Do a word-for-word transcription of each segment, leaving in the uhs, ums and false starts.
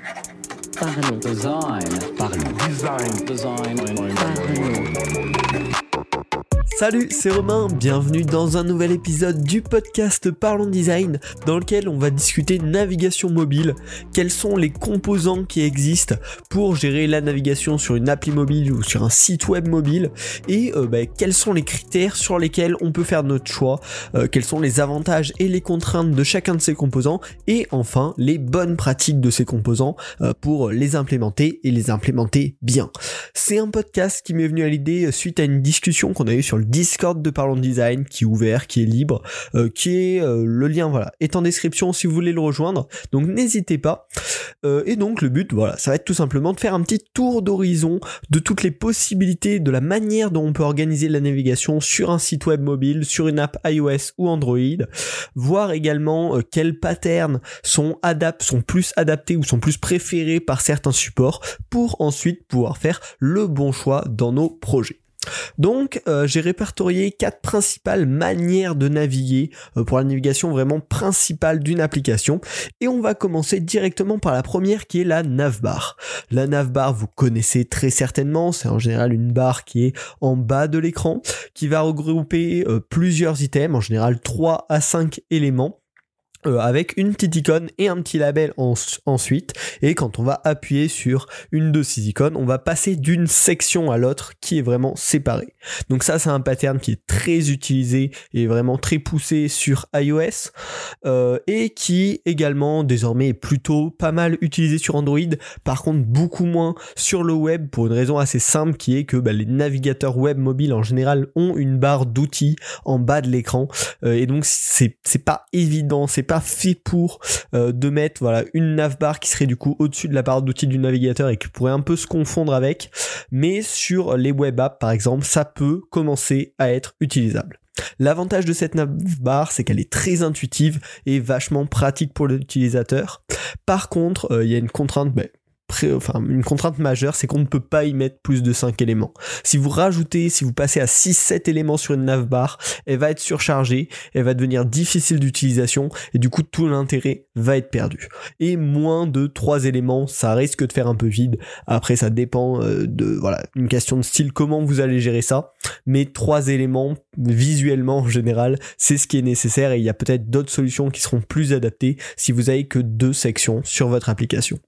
Parlons. Design. Parlons. Design. Design. Parlons. Salut, c'est Romain, bienvenue dans un nouvel épisode du podcast Parlons Design, dans lequel on va discuter navigation mobile, quels sont les composants qui existent pour gérer la navigation sur une appli mobile ou sur un site web mobile, et euh, bah, quels sont les critères sur lesquels on peut faire notre choix, euh, quels sont les avantages et les contraintes de chacun de ces composants, et enfin les bonnes pratiques de ces composants euh, pour les implémenter et les implémenter bien. C'est un podcast qui m'est venu à l'idée suite à une discussion qu'on a eue sur le Discord de Parlons Design, qui est ouvert, qui est libre, euh, qui est euh, le lien voilà est en description si vous voulez le rejoindre, donc n'hésitez pas. Euh, et donc le but voilà ça va être tout simplement de faire un petit tour d'horizon de toutes les possibilités, de la manière dont on peut organiser la navigation sur un site web mobile, sur une app iOS ou Android, voir également euh, quels patterns sont adap- sont plus adaptés ou sont plus préférés par certains supports pour ensuite pouvoir faire le bon choix dans nos projets. Donc euh, j'ai répertorié quatre principales manières de naviguer euh, pour la navigation vraiment principale d'une application, et on va commencer directement par la première qui est la navbar. La navbar, vous connaissez très certainement, c'est en général une barre qui est en bas de l'écran, qui va regrouper euh, plusieurs items, en général trois à cinq éléments, Euh, avec une petite icône et un petit label en, ensuite, et quand on va appuyer sur une de ces icônes, on va passer d'une section à l'autre qui est vraiment séparée. Donc ça, c'est un pattern qui est très utilisé et vraiment très poussé sur iOS, euh, et qui également désormais est plutôt pas mal utilisé sur Android, par contre beaucoup moins sur le web, pour une raison assez simple qui est que bah, les navigateurs web mobiles en général ont une barre d'outils en bas de l'écran, euh, et donc c'est, c'est pas évident, c'est pas fait pour euh, de mettre voilà une navbar qui serait du coup au-dessus de la barre d'outils du navigateur et qui pourrait un peu se confondre avec, mais sur les web apps par exemple ça peut commencer à être utilisable. L'avantage de cette navbar, c'est qu'elle est très intuitive et vachement pratique pour l'utilisateur. Par contre, il euh, y a une contrainte, bah, Pré, enfin une contrainte majeure, c'est qu'on ne peut pas y mettre plus de cinq éléments. Si vous rajoutez, si vous passez à six sept éléments sur une navbar, elle va être surchargée, elle va devenir difficile d'utilisation, et du coup tout l'intérêt va être perdu. Et moins de trois éléments, ça risque de faire un peu vide. Après ça dépend euh, de voilà une question de style, comment vous allez gérer ça, mais trois éléments visuellement en général, c'est ce qui est nécessaire, et il y a peut-être d'autres solutions qui seront plus adaptées si vous avez que deux sections sur votre application.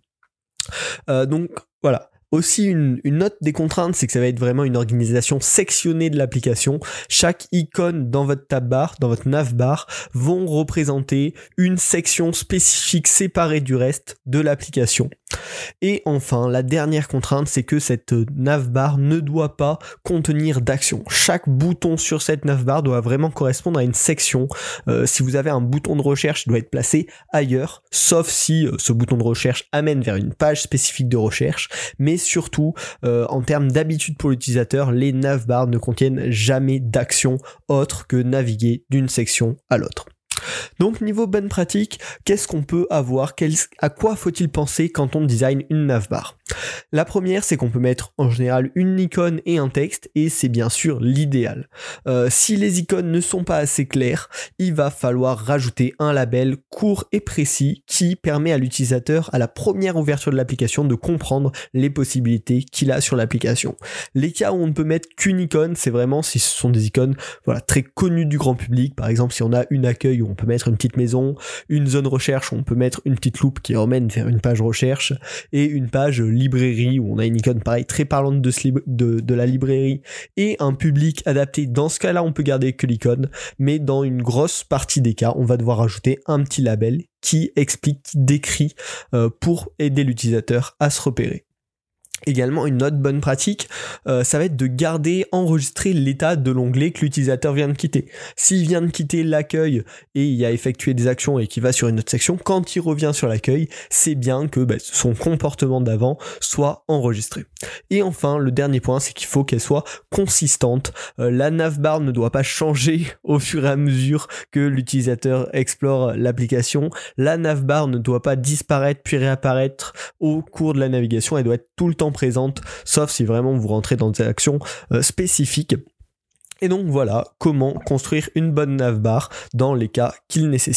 Euh, donc voilà. Aussi une, une autre des contraintes, c'est que ça va être vraiment une organisation sectionnée de l'application. Chaque icône dans votre tab bar, dans votre navbar, vont représenter une section spécifique séparée du reste de l'application. Et enfin, la dernière contrainte, c'est que cette navbar ne doit pas contenir d'action. Chaque bouton sur cette navbar doit vraiment correspondre à une section. Euh, si vous avez un bouton de recherche, il doit être placé ailleurs, sauf si euh, ce bouton de recherche amène vers une page spécifique de recherche. Mais surtout, euh, en termes d'habitude pour l'utilisateur, les navbars ne contiennent jamais d'action autre que naviguer d'une section à l'autre. Donc niveau bonne pratique, qu'est-ce qu'on peut avoir, quel, à quoi faut-il penser quand on design une navbar? La première, c'est qu'on peut mettre en général une icône et un texte, et c'est bien sûr l'idéal. Euh, si les icônes ne sont pas assez claires, il va falloir rajouter un label court et précis qui permet à l'utilisateur, à la première ouverture de l'application, de comprendre les possibilités qu'il a sur l'application. Les cas où on ne peut mettre qu'une icône, c'est vraiment si ce sont des icônes voilà, très connues du grand public. Par exemple, si on a une accueil où on peut mettre une petite maison, une zone recherche où on peut mettre une petite loupe qui emmène vers une page recherche, et une page librairie où on a une icône pareil très parlante de, ce lib- de, de la librairie, et un public adapté. Dans ce cas-là, on peut garder que l'icône, mais dans une grosse partie des cas, on va devoir ajouter un petit label qui explique, qui décrit euh, pour aider l'utilisateur à se repérer. Également, une autre bonne pratique, euh, ça va être de garder enregistré l'état de l'onglet que l'utilisateur vient de quitter. S'il vient de quitter l'accueil et il a effectué des actions et qu'il va sur une autre section, quand il revient sur l'accueil, c'est bien que bah, son comportement d'avant soit enregistré. Et enfin, le dernier point, c'est qu'il faut qu'elle soit consistante. Euh, la navbar ne doit pas changer au fur et à mesure que l'utilisateur explore l'application. La navbar ne doit pas disparaître puis réapparaître au cours de la navigation. Elle doit être tout le temps présente, sauf si vraiment vous rentrez dans des actions euh, spécifiques. Et donc voilà comment construire une bonne navbar dans les cas qu'il nécessite.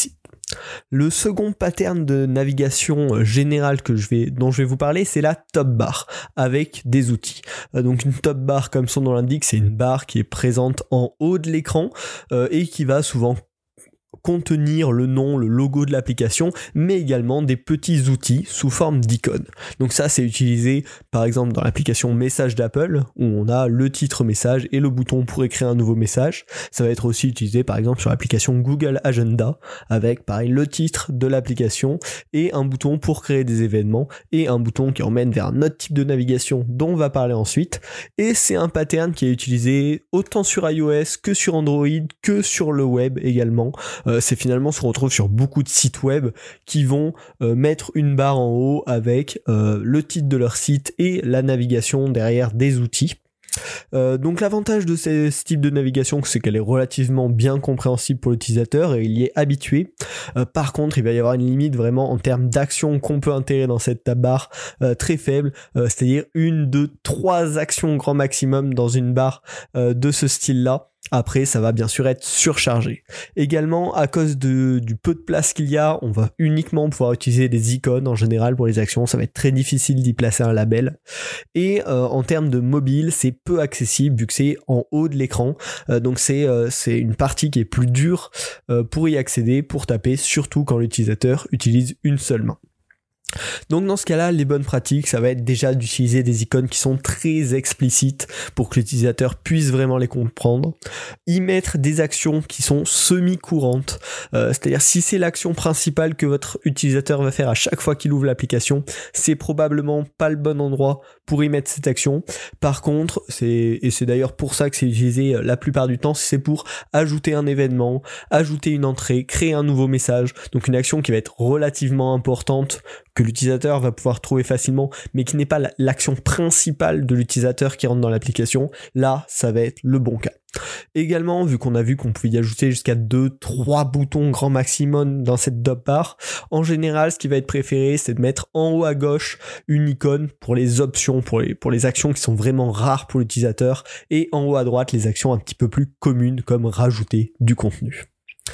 Le second pattern de navigation générale que je vais, dont je vais vous parler, c'est la top bar avec des outils. Euh, donc une top bar, comme son nom l'indique, c'est une barre qui est présente en haut de l'écran euh, et qui va souvent contenir le nom, le logo de l'application, mais également des petits outils sous forme d'icônes. Donc ça, c'est utilisé par exemple dans l'application Message d'Apple, où on a le titre message et le bouton pour écrire un nouveau message. Ça va être aussi utilisé par exemple sur l'application Google Agenda, avec pareil le titre de l'application et un bouton pour créer des événements et un bouton qui emmène vers un autre type de navigation dont on va parler ensuite. Et c'est un pattern qui est utilisé autant sur iOS que sur Android que sur le web également. Euh, c'est finalement ce qu'on retrouve sur beaucoup de sites web qui vont euh, mettre une barre en haut avec euh, le titre de leur site et la navigation derrière des outils. Euh, donc l'avantage de ce, ce type de navigation, c'est qu'elle est relativement bien compréhensible pour l'utilisateur et il y est habitué. Euh, par contre, il va y avoir une limite vraiment en termes d'actions qu'on peut intégrer dans cette tab bar euh, très faible, euh, c'est-à-dire une, deux, trois actions grand maximum dans une barre euh, de ce style-là. Après, ça va bien sûr être surchargé. Également, à cause de, du peu de place qu'il y a, on va uniquement pouvoir utiliser des icônes en général pour les actions. Ça va être très difficile d'y placer un label. Et euh, en termes de mobile, c'est peu accessible vu que c'est en haut de l'écran. Euh, donc c'est, euh, c'est une partie qui est plus dure euh, pour y accéder, pour taper, surtout quand l'utilisateur utilise une seule main. Donc dans ce cas-là, les bonnes pratiques, ça va être déjà d'utiliser des icônes qui sont très explicites pour que l'utilisateur puisse vraiment les comprendre. Y mettre des actions qui sont semi-courantes, euh, c'est-à-dire si c'est l'action principale que votre utilisateur va faire à chaque fois qu'il ouvre l'application, c'est probablement pas le bon endroit pour y mettre cette action. Par contre, c'est, et c'est d'ailleurs pour ça que c'est utilisé la plupart du temps, c'est pour ajouter un événement, ajouter une entrée, créer un nouveau message, donc une action qui va être relativement importante, que l'utilisateur va pouvoir trouver facilement, mais qui n'est pas l'action principale de l'utilisateur qui rentre dans l'application. Là, ça va être le bon cas. Également, vu qu'on a vu qu'on pouvait y ajouter jusqu'à deux trois boutons grand maximum dans cette top bar, en général, ce qui va être préféré, c'est de mettre en haut à gauche une icône pour les options, pour les, pour les actions qui sont vraiment rares pour l'utilisateur, et en haut à droite, les actions un petit peu plus communes, comme rajouter du contenu.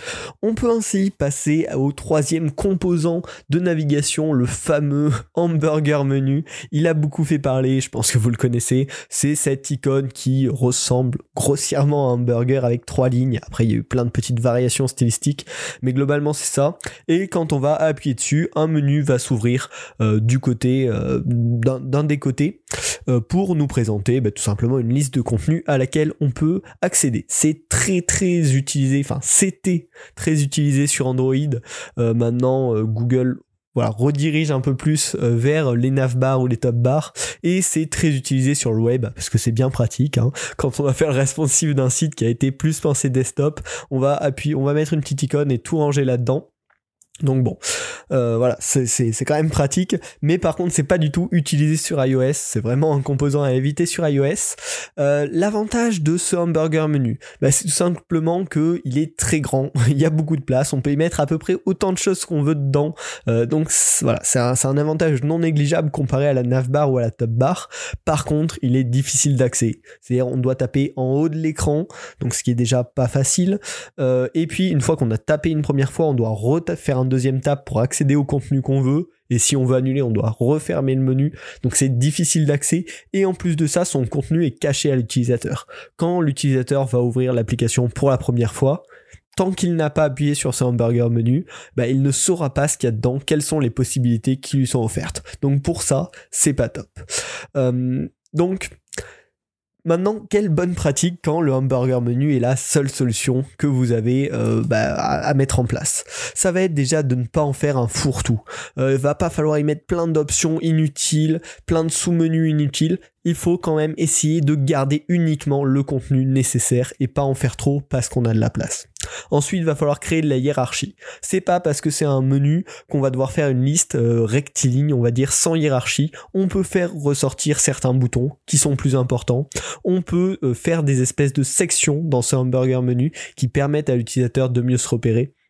On peut ainsi passer au troisième composant de navigation, le fameux hamburger menu. Il a beaucoup fait parler, je pense que vous le connaissez. C'est cette icône qui ressemble grossièrement à un hamburger avec trois lignes. Après, il y a eu plein de petites variations stylistiques, mais globalement, c'est ça. Et quand on va appuyer dessus, un menu va s'ouvrir euh, du côté, euh, d'un, d'un des côtés, euh, pour nous présenter bah, tout simplement une liste de contenus à laquelle on peut accéder. C'est très très utilisé, enfin c'était très utilisé sur Android. Euh, maintenant, euh, Google voilà, redirige un peu plus euh, vers les navbars ou les top bars, et c'est très utilisé sur le web parce que c'est bien pratique. Hein. Quand on va faire le responsive d'un site qui a été plus pensé desktop, on va appuyer, on va mettre une petite icône et tout ranger là-dedans. Donc bon, euh, voilà, c'est, c'est, c'est quand même pratique, mais par contre c'est pas du tout utilisé sur iOS, c'est vraiment un composant à éviter sur iOS. Euh, l'avantage de ce hamburger menu, bah, c'est tout simplement que il est très grand, il y a beaucoup de place, on peut y mettre à peu près autant de choses qu'on veut dedans, euh, donc c'est, voilà, c'est un, c'est un avantage non négligeable comparé à la navbar ou à la top bar. Par contre, il est difficile d'accès, c'est-à-dire on doit taper en haut de l'écran, donc ce qui est déjà pas facile, euh, et puis une fois qu'on a tapé une première fois, on doit reta- faire un deuxième tab pour accéder au contenu qu'on veut, et si on veut annuler, on doit refermer le menu, donc c'est difficile d'accès, et en plus de ça, son contenu est caché à l'utilisateur. Quand l'utilisateur va ouvrir l'application pour la première fois, tant qu'il n'a pas appuyé sur ce hamburger menu, bah, il ne saura pas ce qu'il y a dedans, quelles sont les possibilités qui lui sont offertes. Donc pour ça, c'est pas top. Euh, donc... Maintenant, quelle bonne pratique quand le hamburger menu est la seule solution que vous avez euh, bah, à, à mettre en place. Ça va être déjà de ne pas en faire un fourre-tout. Euh, il va pas falloir y mettre plein d'options inutiles, plein de sous-menus inutiles. Il faut quand même essayer de garder uniquement le contenu nécessaire et pas en faire trop parce qu'on a de la place. Ensuite, il va falloir créer de la hiérarchie. C'est pas parce que c'est un menu qu'on va devoir faire une liste euh, rectiligne, on va dire sans hiérarchie. On peut faire ressortir certains boutons qui sont plus importants. On peut euh, faire des espèces de sections dans ce hamburger menu qui permettent à l'utilisateur de mieux se repérer.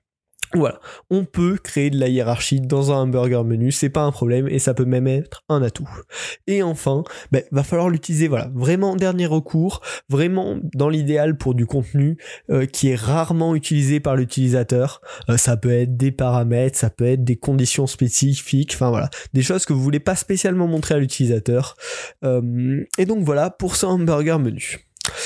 Voilà, on peut créer de la hiérarchie dans un hamburger menu, c'est pas un problème et ça peut même être un atout. Et enfin, ben, va falloir l'utiliser, voilà, vraiment en dernier recours, vraiment dans l'idéal pour du contenu euh, qui est rarement utilisé par l'utilisateur. Euh, ça peut être des paramètres, ça peut être des conditions spécifiques, enfin voilà, des choses que vous voulez pas spécialement montrer à l'utilisateur. Euh, et donc voilà pour ce hamburger menu.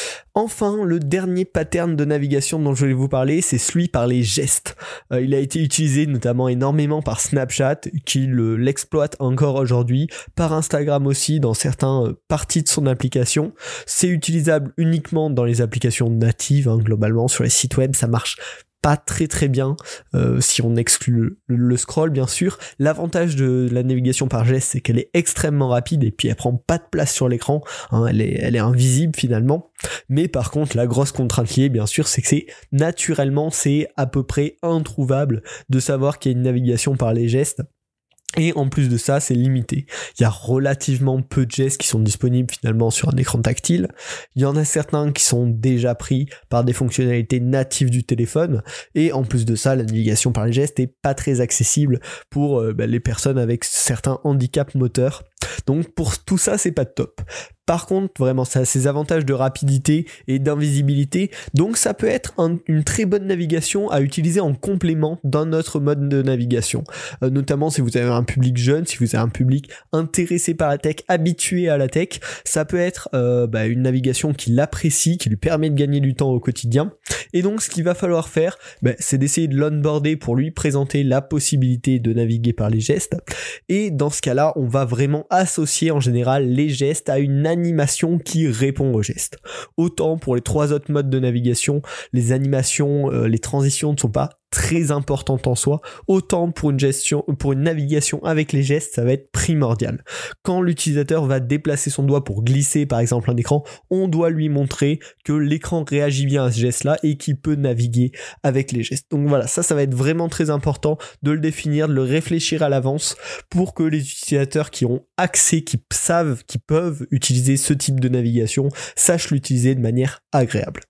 Enfin, le dernier pattern de navigation dont je voulais vous parler, c'est celui par les gestes. Euh, il a été utilisé notamment énormément par Snapchat, qui le, l'exploite encore aujourd'hui, par Instagram aussi, dans certaines euh, parties de son application. C'est utilisable uniquement dans les applications natives, hein, globalement, sur les sites web, ça marche pas très très bien, euh, si on exclut le, le scroll bien sûr. L'avantage de la navigation par geste, c'est qu'elle est extrêmement rapide et puis elle prend pas de place sur l'écran, hein, elle est, elle est invisible finalement. Mais par contre, la grosse contrainte liée bien sûr, c'est que c'est naturellement, c'est à peu près introuvable de savoir qu'il y a une navigation par les gestes. Et en plus de ça, c'est limité. Il y a relativement peu de gestes qui sont disponibles finalement sur un écran tactile. Il y en a certains qui sont déjà pris par des fonctionnalités natives du téléphone. Et en plus de ça, la navigation par les gestes est pas très accessible pour euh, bah, les personnes avec certains handicaps moteurs. Donc pour tout ça, c'est pas top. Par contre, vraiment, ça a ses avantages de rapidité et d'invisibilité, donc ça peut être un, une très bonne navigation à utiliser en complément d'un autre mode de navigation. Euh, notamment si vous avez un public jeune, si vous avez un public intéressé par la tech, habitué à la tech, ça peut être euh, bah, une navigation qui l'apprécie, qui lui permet de gagner du temps au quotidien. Et donc ce qu'il va falloir faire, bah, c'est d'essayer de l'onboarder pour lui présenter la possibilité de naviguer par les gestes. Et dans ce cas-là, on va vraiment associer en général les gestes à une animation qui répond aux gestes. Autant pour les trois autres modes de navigation, les animations, euh, les transitions ne sont pas très importante en soi, autant pour une gestion, pour une navigation avec les gestes, ça va être primordial. Quand l'utilisateur va déplacer son doigt pour glisser par exemple un écran, on doit lui montrer que l'écran réagit bien à ce geste-là et qu'il peut naviguer avec les gestes. Donc voilà, ça, ça va être vraiment très important de le définir, de le réfléchir à l'avance pour que les utilisateurs qui ont accès, qui savent, qui peuvent utiliser ce type de navigation, sachent l'utiliser de manière agréable.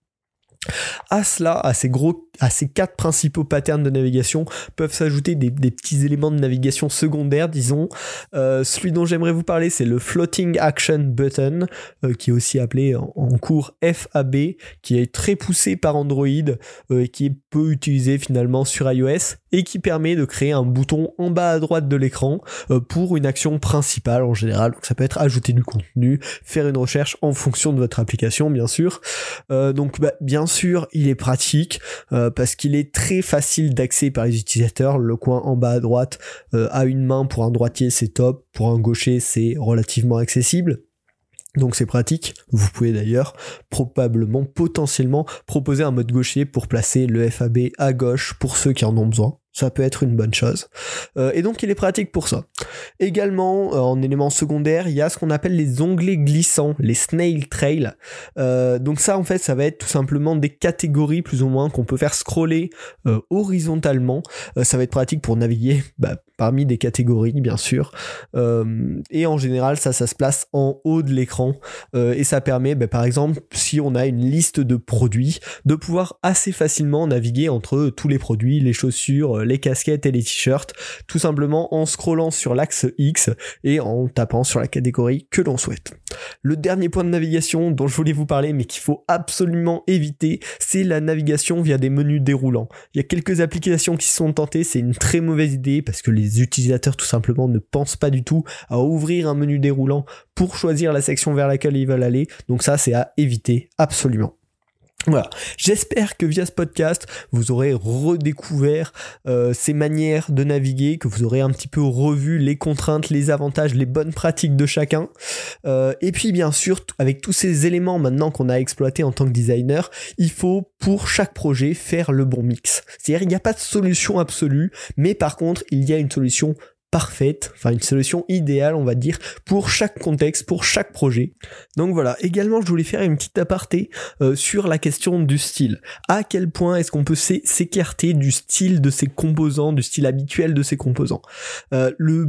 À cela, à ces gros, à ces quatre principaux patterns de navigation, peuvent s'ajouter des, des petits éléments de navigation secondaires, disons. Euh, celui dont j'aimerais vous parler, c'est le Floating Action Button, euh, qui est aussi appelé en, en cours F A B, qui est très poussé par Android, euh, et qui est peu utilisé finalement sur iOS, et qui permet de créer un bouton en bas à droite de l'écran euh, pour une action principale en général. Donc ça peut être ajouter du contenu, faire une recherche en fonction de votre application, bien sûr. Euh, donc bah, bien sûr, il est pratique euh, parce qu'il est très facile d'accès par les utilisateurs. Le coin en bas à droite euh, à une main pour un droitier, c'est top. Pour un gaucher, c'est relativement accessible. Donc c'est pratique. Vous pouvez d'ailleurs probablement, potentiellement proposer un mode gaucher pour placer le F A B à gauche pour ceux qui en ont besoin. Ça peut être une bonne chose. Euh, et donc il est pratique pour ça. Également, euh, en élément secondaire, il y a ce qu'on appelle les onglets glissants, les snail trail. Euh, donc ça, en fait, ça va être tout simplement des catégories plus ou moins qu'on peut faire scroller euh, horizontalement. Euh, ça va être pratique pour naviguer bah, parmi des catégories, bien sûr. Euh, et en général, ça, ça se place en haut de l'écran. Euh, et ça permet, bah, par exemple, si on a une liste de produits, de pouvoir assez facilement naviguer entre tous les produits, les chaussures, les casquettes et les t-shirts, tout simplement en scrollant sur l'axe X et en tapant sur la catégorie que l'on souhaite. Le dernier point de navigation dont je voulais vous parler mais qu'il faut absolument éviter, c'est la navigation via des menus déroulants. Il y a quelques applications qui se sont tentées, c'est une très mauvaise idée parce que les utilisateurs tout simplement ne pensent pas du tout à ouvrir un menu déroulant pour choisir la section vers laquelle ils veulent aller, donc ça c'est à éviter absolument. Voilà, j'espère que via ce podcast, vous aurez redécouvert euh, ces manières de naviguer, que vous aurez un petit peu revu les contraintes, les avantages, les bonnes pratiques de chacun. Euh, et puis bien sûr, avec tous ces éléments maintenant qu'on a exploités en tant que designer, il faut pour chaque projet faire le bon mix. C'est-à-dire il n'y a pas de solution absolue, mais par contre, il y a une solution parfaite, enfin une solution idéale on va dire pour chaque contexte, pour chaque projet. Donc voilà, également je voulais faire une petite aparté euh, sur la question du style. À quel point est-ce qu'on peut s'écarter du style de ses composants, du style habituel de ses composants. euh, le...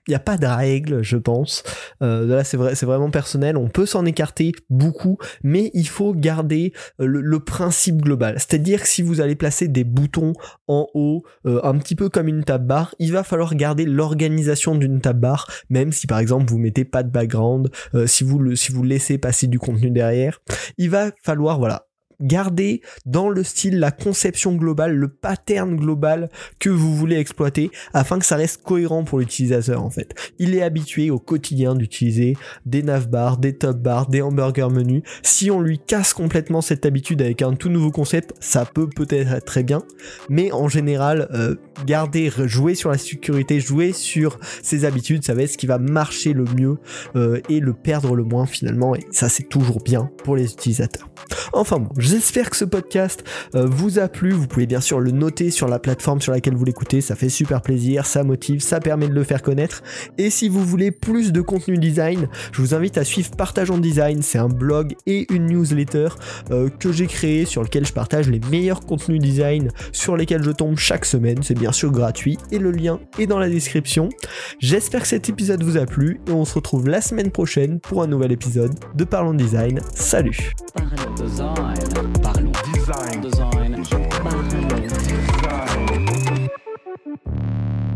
il n'y a pas de règle, je pense. Euh, là, c'est vrai, c'est vraiment personnel. On peut s'en écarter beaucoup, mais il faut garder le, le principe global. C'est-à-dire que si vous allez placer des boutons en haut, euh, un petit peu comme une tab bar, il va falloir garder l'organisation d'une tab bar, même si par exemple vous mettez pas de background, euh, si vous le, si vous laissez passer du contenu derrière, il va falloir, voilà, gardez dans le style la conception globale, le pattern global que vous voulez exploiter afin que ça reste cohérent pour l'utilisateur en fait. Il est habitué au quotidien d'utiliser des navbars, des top bars, des hamburger menus. Si on lui casse complètement cette habitude avec un tout nouveau concept, ça peut peut-être être très bien, mais en général, euh, garder, jouer sur la sécurité, jouer sur ses habitudes, ça va être ce qui va marcher le mieux euh, et le perdre le moins finalement, et ça c'est toujours bien pour les utilisateurs. Enfin bon, j'espère que ce podcast euh, vous a plu. Vous pouvez bien sûr le noter sur la plateforme sur laquelle vous l'écoutez, ça fait super plaisir, ça motive, ça permet de le faire connaître. Et si vous voulez plus de contenu design, je vous invite à suivre Partageons Design, c'est un blog et une newsletter euh, que j'ai créé sur lequel je partage les meilleurs contenus design sur lesquels je tombe chaque semaine. C'est bien sûr gratuit et le lien est dans la description. J'espère que cet épisode vous a plu et on se retrouve la semaine prochaine pour un nouvel épisode de Parlons Design. Salut! Design. Parlons Design. design. Design. Parlons Design.